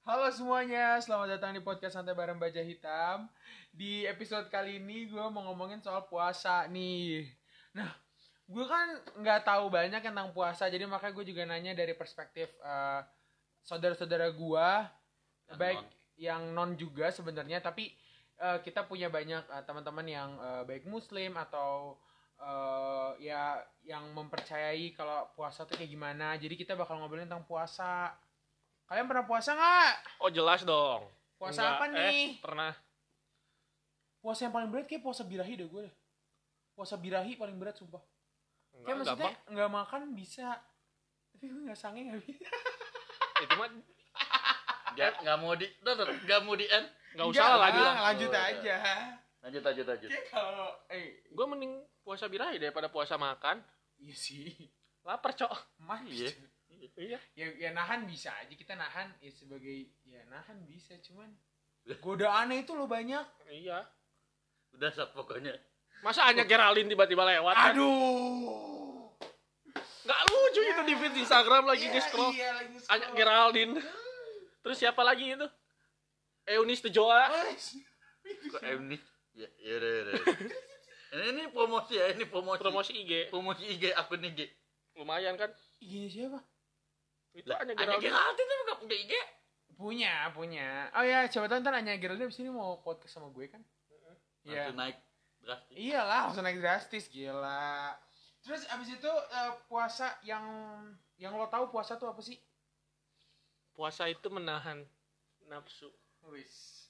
Halo semuanya, selamat datang di podcast Santai Bareng Baja Hitam. Di episode kali ini gue mau ngomongin soal puasa nih. Nah, gue kan nggak tahu banyak tentang puasa, jadi makanya gue juga nanya dari perspektif saudara-saudara gue, baik yang non juga sebenarnya, tapi kita punya banyak teman-teman yang baik Muslim atau ya yang mempercayai kalau puasa tuh kayak gimana. Jadi kita bakal ngobrolin tentang puasa. Kalian pernah puasa nggak? Oh jelas dong. Puasa Enggak, apa nih? Pernah. Puasa yang paling berat kayak puasa birahi deh gue deh. Puasa birahi paling berat sumpah. Kayak maksudnya nggak makan bisa, tapi gue nggak sange nggak bisa. Itu mah nggak mau di end. nggak usah lah lagi lah. Lanjut aja. Lanjut. Kayak kalau Gue mending puasa birahi daripada puasa makan. iya sih. Lapar cok. Mah Iya. Iya. Ya nahan bisa aja, kita nahan ya sebagai ya nahan bisa, cuman godaannya itu lo banyak. Iya. Udah saat pokoknya. Masa hanya Geraldine tiba-tiba lewat? Kan? Aduh. Nggak lucu itu di feed Instagram lagi nge-scroll. Iya, lagi Hanya Geraldine. Terus siapa lagi itu? Eunice Tejoa. Kok ini? Ya udah. Ini promosi ya, ini promosi IG. Promosi IG akun IG. Lumayan kan? Ig siapa? Itu Lah, hanya Anya Geraldine. Geraldine tuh nggak punya IG. Punya. Oh ya, coba ntar Anya Geraldine abis ini mau podcast sama gue kan? Iya. Langsung naik drastis. Iyalah, langsung naik drastis, gila. Terus abis itu puasa yang lo tahu puasa tuh apa sih? Puasa itu menahan nafsu. Wis.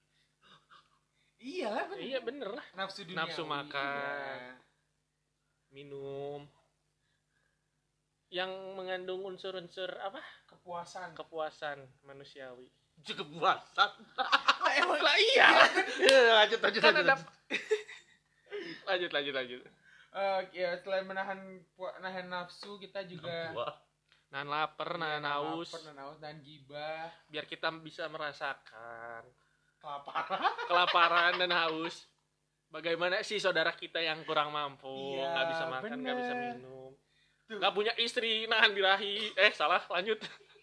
Iyalah bener. Iya bener lah. Nafsu dunia. Nafsu makan. Minum. Yang mengandung unsur-unsur apa? Kepuasan manusiawi. Cukup puasa. Emang Lah iya. Lanjut. Kan ada lanjut. Ya selain nahan nafsu, kita juga Nahan lapar, nahan haus. nahan gibah, Biar kita bisa merasakan kelaparan. kelaparan dan haus. Bagaimana sih saudara kita yang kurang mampu, Iya, nggak bisa makan, nggak bisa bener. minum, Tuh. nggak punya istri, nahan birahi. Salah, lanjut.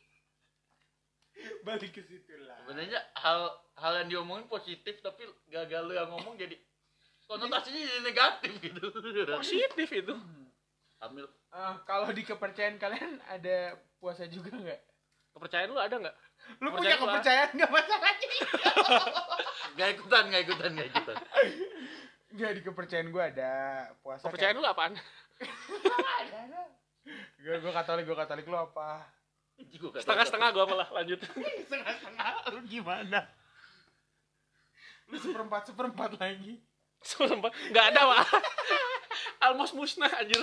Balik ke situ lah. Sebenarnya hal yang diomongin positif, tapi gagal lu yang ngomong jadi konotasinya jadi negatif gitu. Positif itu. Ambil Kalau di kepercayaan kalian ada puasa juga nggak? Kepercayaan lu ada nggak? Lu punya kepercayaan nggak masalahnya? Nggak ikutan. Nggak, di kepercayaan gue ada puasa. Kepercayaan lu apaan? Ada. Gue Katolik, lu apa? Setengah-setengah gua malah, lanjut. Setengah-setengah, lu gimana? Lu seperempat lagi. Nggak ada, Pak. Almost musnah anjir.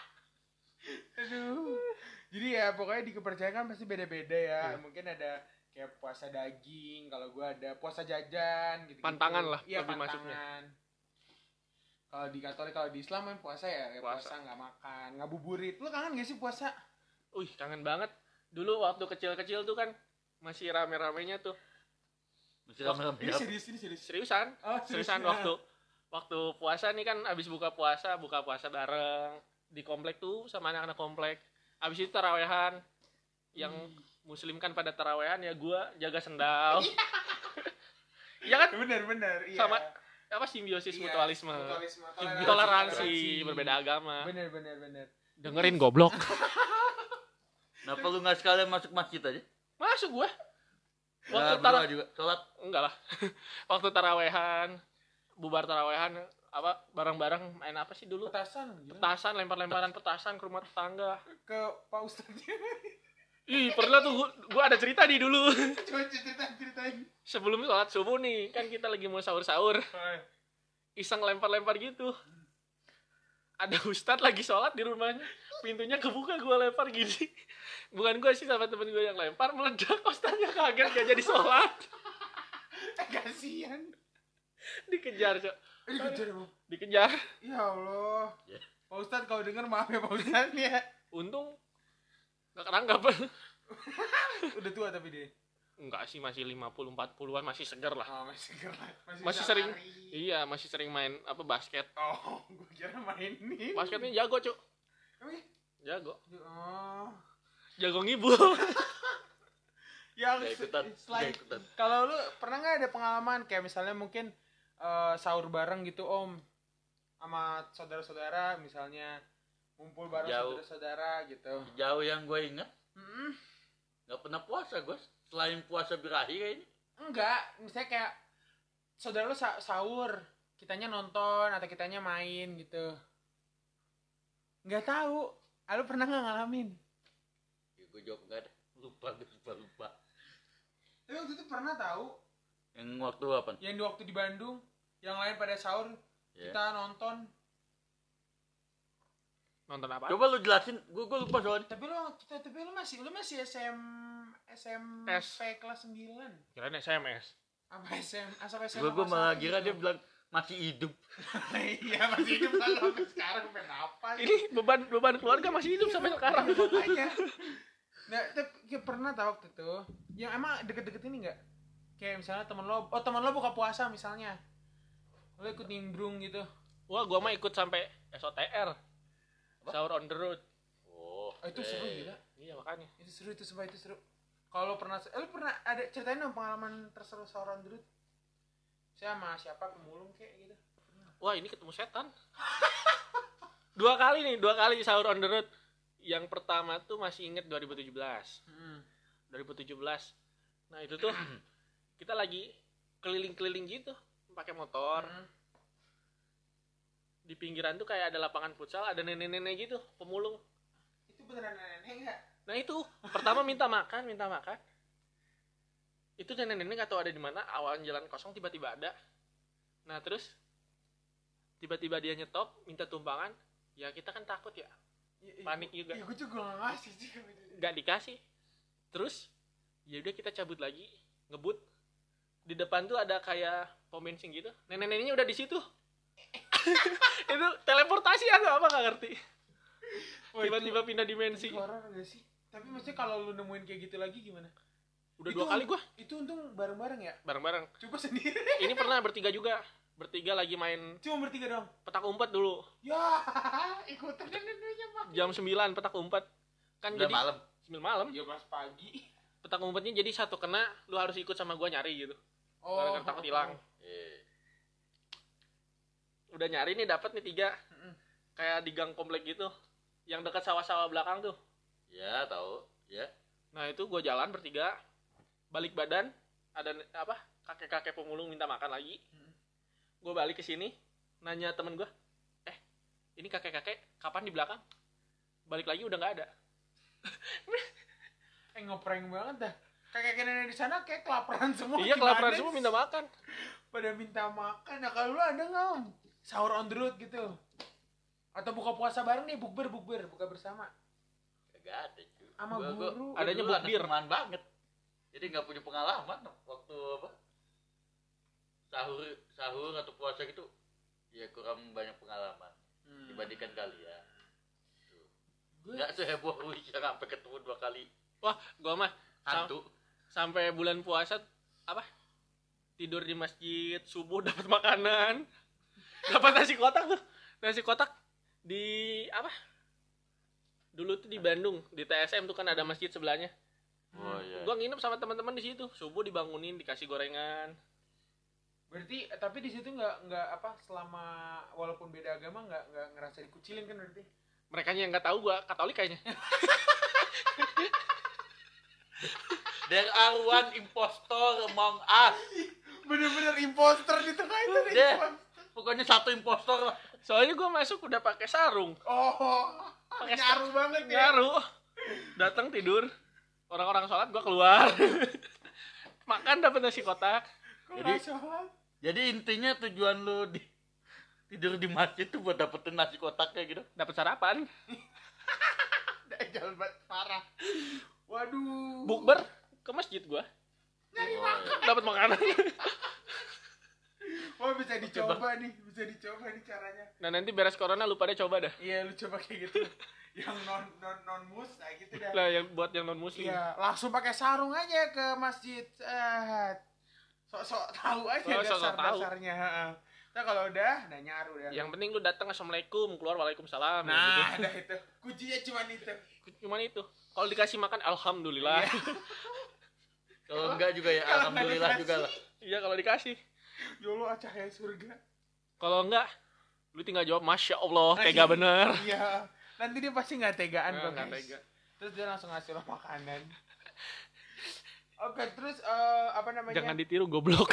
Aduh. Jadi ya pokoknya di kepercayaan kan pasti beda-beda ya. Mungkin ada kayak puasa daging, kalau gue ada puasa jajan gitu. Pantangan lah, Iya, lebih pantangan. maksudnya. Kalau di Katolik, kalau di Islam kan puasa ya puasa nggak makan, ngabuburit. Lu kangen gak sih puasa? Kangen banget. Dulu waktu kecil-kecil tuh kan masih rame-ramenya tuh. Ini serius. Seriusan? Oh, Seriusan waktu puasa nih kan abis buka puasa bareng di komplek tuh sama anak-anak komplek. Abis itu tarawehan. Yang muslim kan pada tarawehan, ya gua jaga sendal. Iya kan? Bener, iya. Sama apa simbiosis Iya, mutualisme. toleransi. Toleransi berbeda agama. Bener. Dengerin goblok. Kenapa lu nggak sekalian masuk masjid aja? Masuk gua. Waktu Berdoa juga sholat. enggak lah. Waktu tarawehan, bubar tarawehan apa bareng-bareng main apa sih dulu? Petasan gitu. Petasan, lempar-lemparan petasan ke rumah tetangga. Ke Pak Ustadznya. Ih, pernah tuh gua ada cerita nih dulu. Coba ceritain. Sebelum sholat subuh nih, kan kita lagi mau sahur-sahur. Iseng lempar-lempar gitu. Ada ustadz lagi sholat di rumahnya. Pintunya kebuka, gua lempar gini. Bukan gua sih, sama temen gua yang lempar, meledak. Ustadznya kaget gak jadi sholat. Kasian. Dikejar, Cok. Dikejar. Ya Allah. Yeah. Pak Ustadz kalau denger maaf ya Pak Ustadz ya. Untung gak kerangkap. Udah tua tapi dia. Enggak sih, masih 50-40an, masih segar lah. Oh, masih seger lah. Masih sering. Iya, masih sering main apa basket. Oh, gue kira main nih. Basketnya jago, Cuk. Emang ya? Jago. Oh. Jago ngibul. Yang Gak ikutan, selain gak ikutan. kalau lu pernah nggak ada pengalaman kayak misalnya mungkin sahur bareng gitu om sama saudara-saudara misalnya ngumpul bareng Jauh. saudara-saudara gitu. Jauh yang gue ingat Mm-mm. nggak pernah puasa gue. Selain puasa birahi kayaknya. Enggak, misalnya kayak saudara lu sahur, kitanya nonton atau kitanya main gitu. Nggak tahu, lu pernah nggak ngalamin? Ya, gue jawab enggak ada. Lupa. Tapi waktu itu pernah tahu, Yang waktu apa? yang di waktu di Bandung, yang lain pada sahur, Ya. kita nonton. Nonton apa? Coba lu jelasin, gue lupa soalnya. Tapi lu masih SMP kelas 9. Kirain SMS. Apa SMP Gue malah kelas 1 kira gitu. dia bilang masih hidup. Iya masih hidup kalau sampai sekarang kenapa? Ini beban keluarga masih hidup sampai sekarang. Makanya. Nah, tapi kayak pernah tau waktu itu yang emang deket-deket ini nggak? Kayak misalnya temen lo buka puasa misalnya, lo ikut nimbrung gitu. Wah, gua mah ikut sampai SOTR. Sahur on the road. Oh, Itu seru gila. Iya, makanya. Itu seru sumpah itu seru. Kalau lo pernah ada ceritain dong pengalaman terseru sahur on the road. Saya sama siapa pemulung kayak gitu. Wah, ini ketemu setan. dua kali sahur on the road. Yang pertama tuh masih inget 2017. 2017. Nah, itu tuh kita lagi keliling-keliling gitu pakai motor. Di pinggiran tuh kayak ada lapangan futsal, ada nenek-nenek gitu, pemulung. Itu beneran nenek nggak? Nah, itu pertama minta makan. Itu nenek-nenek gak tahu ada di mana, awalan jalan kosong tiba-tiba ada. Nah, terus tiba-tiba dia nyetop, minta tumpangan. Ya kita kan takut ya. Panik juga. Iya, gue juga nggak ngasih sih. Gak dikasih. Terus ya udah kita cabut lagi, ngebut. Di depan tuh ada kayak pom bensin gitu. Nenek-neneknya udah di situ. Itu teleportasi atau apa gak ngerti. Tiba-tiba pindah dimensi. Itu horor gak sih? Tapi maksudnya kalau lu nemuin kayak gitu lagi gimana? Udah Itu 2 kali gua Itu untung bareng-bareng ya? bareng-bareng. Coba sendiri. Ini pernah bertiga juga. Bertiga lagi main Cuma bertiga dong. petak umpet dulu. Ya, ikutan neneknya Pak. Jam 9 petak umpet. Kan udah jadi malam. 9 malam. Ya pas pagi. Petak umpetnya jadi satu kena, lu harus ikut sama gua nyari gitu. Gara-gara takut hilang. Udah nyari nih, dapat nih 3. Kayak di gang komplek gitu. Yang dekat sawah-sawah belakang tuh. Ya, tahu. Ya. Nah, itu gua jalan bertiga. Balik badan, ada apa? Kakek-kakek pemulung minta makan lagi. Gua balik ke sini, nanya temen gua, ini kakek-kakek kapan di belakang? Balik lagi udah nggak ada. Ngeprank banget dah. Kakek nenek di sana kayak kelaparan semua. Iya, Gimana kelaparan semua sih? minta makan. Pada minta makan. Nah kalau lu ada nggak om? Sahur on the road gitu. Atau buka puasa bareng nih, bukber, buka bersama. Kagak ada cuy. Sama Gua- guru. gua Adanya dulu anak bukbir. rumahan banget. Jadi nggak punya pengalaman waktu apa? Sahur atau puasa gitu. Ya kurang banyak pengalaman dibandingkan kalian. Nggak seheboh Rusia sampai ketemu 2 kali Wah, gua mah hantu. sampai bulan puasa apa? Tidur di masjid, subuh dapat makanan. Dapat nasi kotak tuh. Nasi kotak di apa? Dulu tuh di Bandung, di TSM tuh kan ada masjid sebelahnya. Oh iya. Gua nginep sama teman-teman di situ. Subuh dibangunin, dikasih gorengan. Berarti tapi di situ nggak apa selama walaupun beda agama nggak ngerasa dikucilin kan berarti? Merekanya yang nggak tahu, gua Katolik kayaknya. There are one impostor among us. Bener-bener imposter di tengah itu nih. Deh. Pokoknya satu impostor lah. Soalnya gua masuk udah pakai sarung, Oh, Pakai nyaru banget ya. ngaruh. Datang tidur, orang-orang sholat gua keluar. Makan dapat nasi kotak. Kok Jadi- nggak sholat? Jadi intinya tujuan lu tidur di masjid tuh buat dapetin nasi kotak kayak gitu. Dapat sarapan. Jangan banget parah. Waduh. Bukber ke masjid gua. Nyari Oh, makan. Dapat makanan. Oh bisa dicoba nih caranya. Nah, nanti beres corona lu pada coba dah. Iya lu coba kayak gitu. Yang non mus nah gitu dah. Lah yang buat yang non muslim. Iya, langsung pakai sarung aja ke masjid. Sok-sok tahu aja Oh, sok-sok tahu. dasar-dasarnya. Heeh. Nah kalau udah nyaru dah. Yang penting lu datang assalamualaikum, keluar waalaikumsalam. Nah, gitu. ada itu. Kuncinya cuma itu. Cuman itu. Kalau dikasih makan alhamdulillah. Iya. Kalau enggak juga ya Kalau nggak alhamdulillah dikasih. juga lah. Iya kalau dikasih. Ya Allah, cahaya surga. Kalau enggak, lu tinggal jawab Masya Allah, tega bener. Iya. Nanti dia pasti nggak tegaan kok, Nggak guys. tega. Terus dia langsung ngasih lo makanan. Oke, terus apa namanya? Jangan ditiru goblok.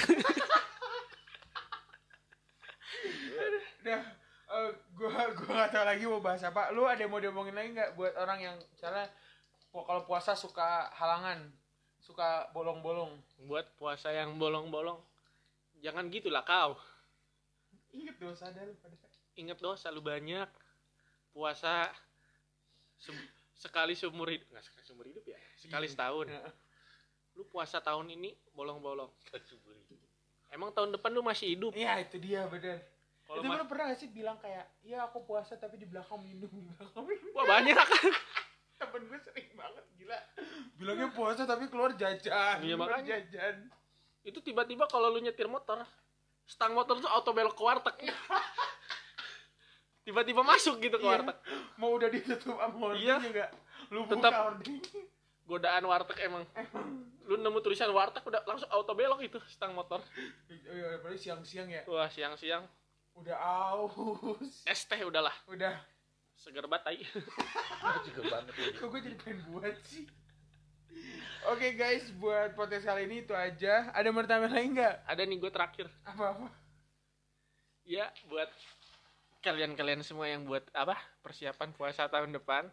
Nah, gua nggak tahu lagi mau bahas apa. Lu ada yang mau diomongin lagi nggak buat orang yang misalnya kalau puasa suka halangan, suka bolong-bolong? Buat puasa yang bolong-bolong, jangan gitulah kau. Ingat dosa dah lu pada. Ingat dosa lu banyak. Puasa sekali seumur hidup, nggak sekali seumur hidup ya, sekali setahun. Lu puasa tahun ini bolong-bolong. Emang tahun depan lu masih hidup? Iya, itu dia bener. Kalau Itu lu pernah gak sih bilang kayak, iya aku puasa tapi di belakang minum, di belakang minum. wah banyak. Temen gue sering banget, gila. Bilangnya puasa tapi keluar jajan. Iya, keluar makanya. jajan. Itu tiba-tiba kalau lu nyetir motor, stang motor tuh auto belok ke warteg. Tiba-tiba masuk gitu ke Iya. warteg. Mau udah ditutup sama hording Iya. juga. Lu Tetap. buka hording. Godaan warteg emang. Lu nemu tulisan warteg udah langsung auto belok itu stang motor. Oh iya, apalagi siang-siang ya. Wah, siang-siang Udah aus. es teh udahlah. Udah. Seger banget tai. Juga banget. Kok gue jadi pengen buat sih? Oke guys, buat podcast kali ini itu aja. Ada mau tambahin lagi nggak? Ada nih gue terakhir. Apa-apa? Ya, buat kalian-kalian semua yang buat apa? Persiapan puasa tahun depan.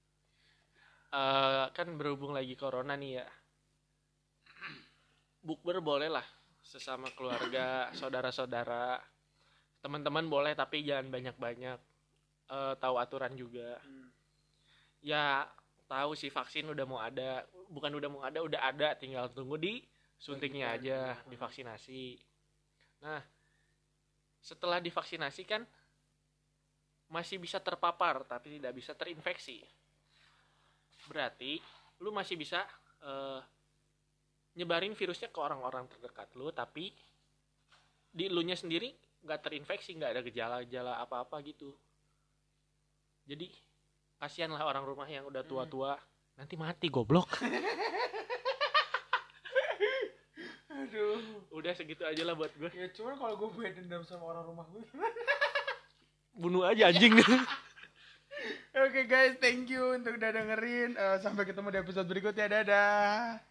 Kan berhubung lagi corona nih ya. Bukber boleh lah sesama keluarga, saudara-saudara. Teman-teman boleh tapi jangan banyak-banyak. Tahu aturan juga. Ya, tahu sih vaksin udah mau ada. Bukan udah ada, tinggal tunggu di suntiknya aja, divaksinasi. Nah, setelah divaksinasi kan masih bisa terpapar tapi tidak bisa terinfeksi. Berarti lu masih bisa nyebarin virusnya ke orang-orang terdekat lu, tapi di elunya sendiri nggak terinfeksi, nggak ada gejala-gejala apa-apa gitu. Jadi kasihan lah orang rumah yang udah tua-tua, nanti mati goblok. Aduh. Udah segitu aja lah buat gue. Ya cuman kalau gue punya dendam sama orang rumah gue. Bunuh aja anjing. Oke guys, thank you untuk udah dengerin. Sampai ketemu di episode berikutnya. Dadah.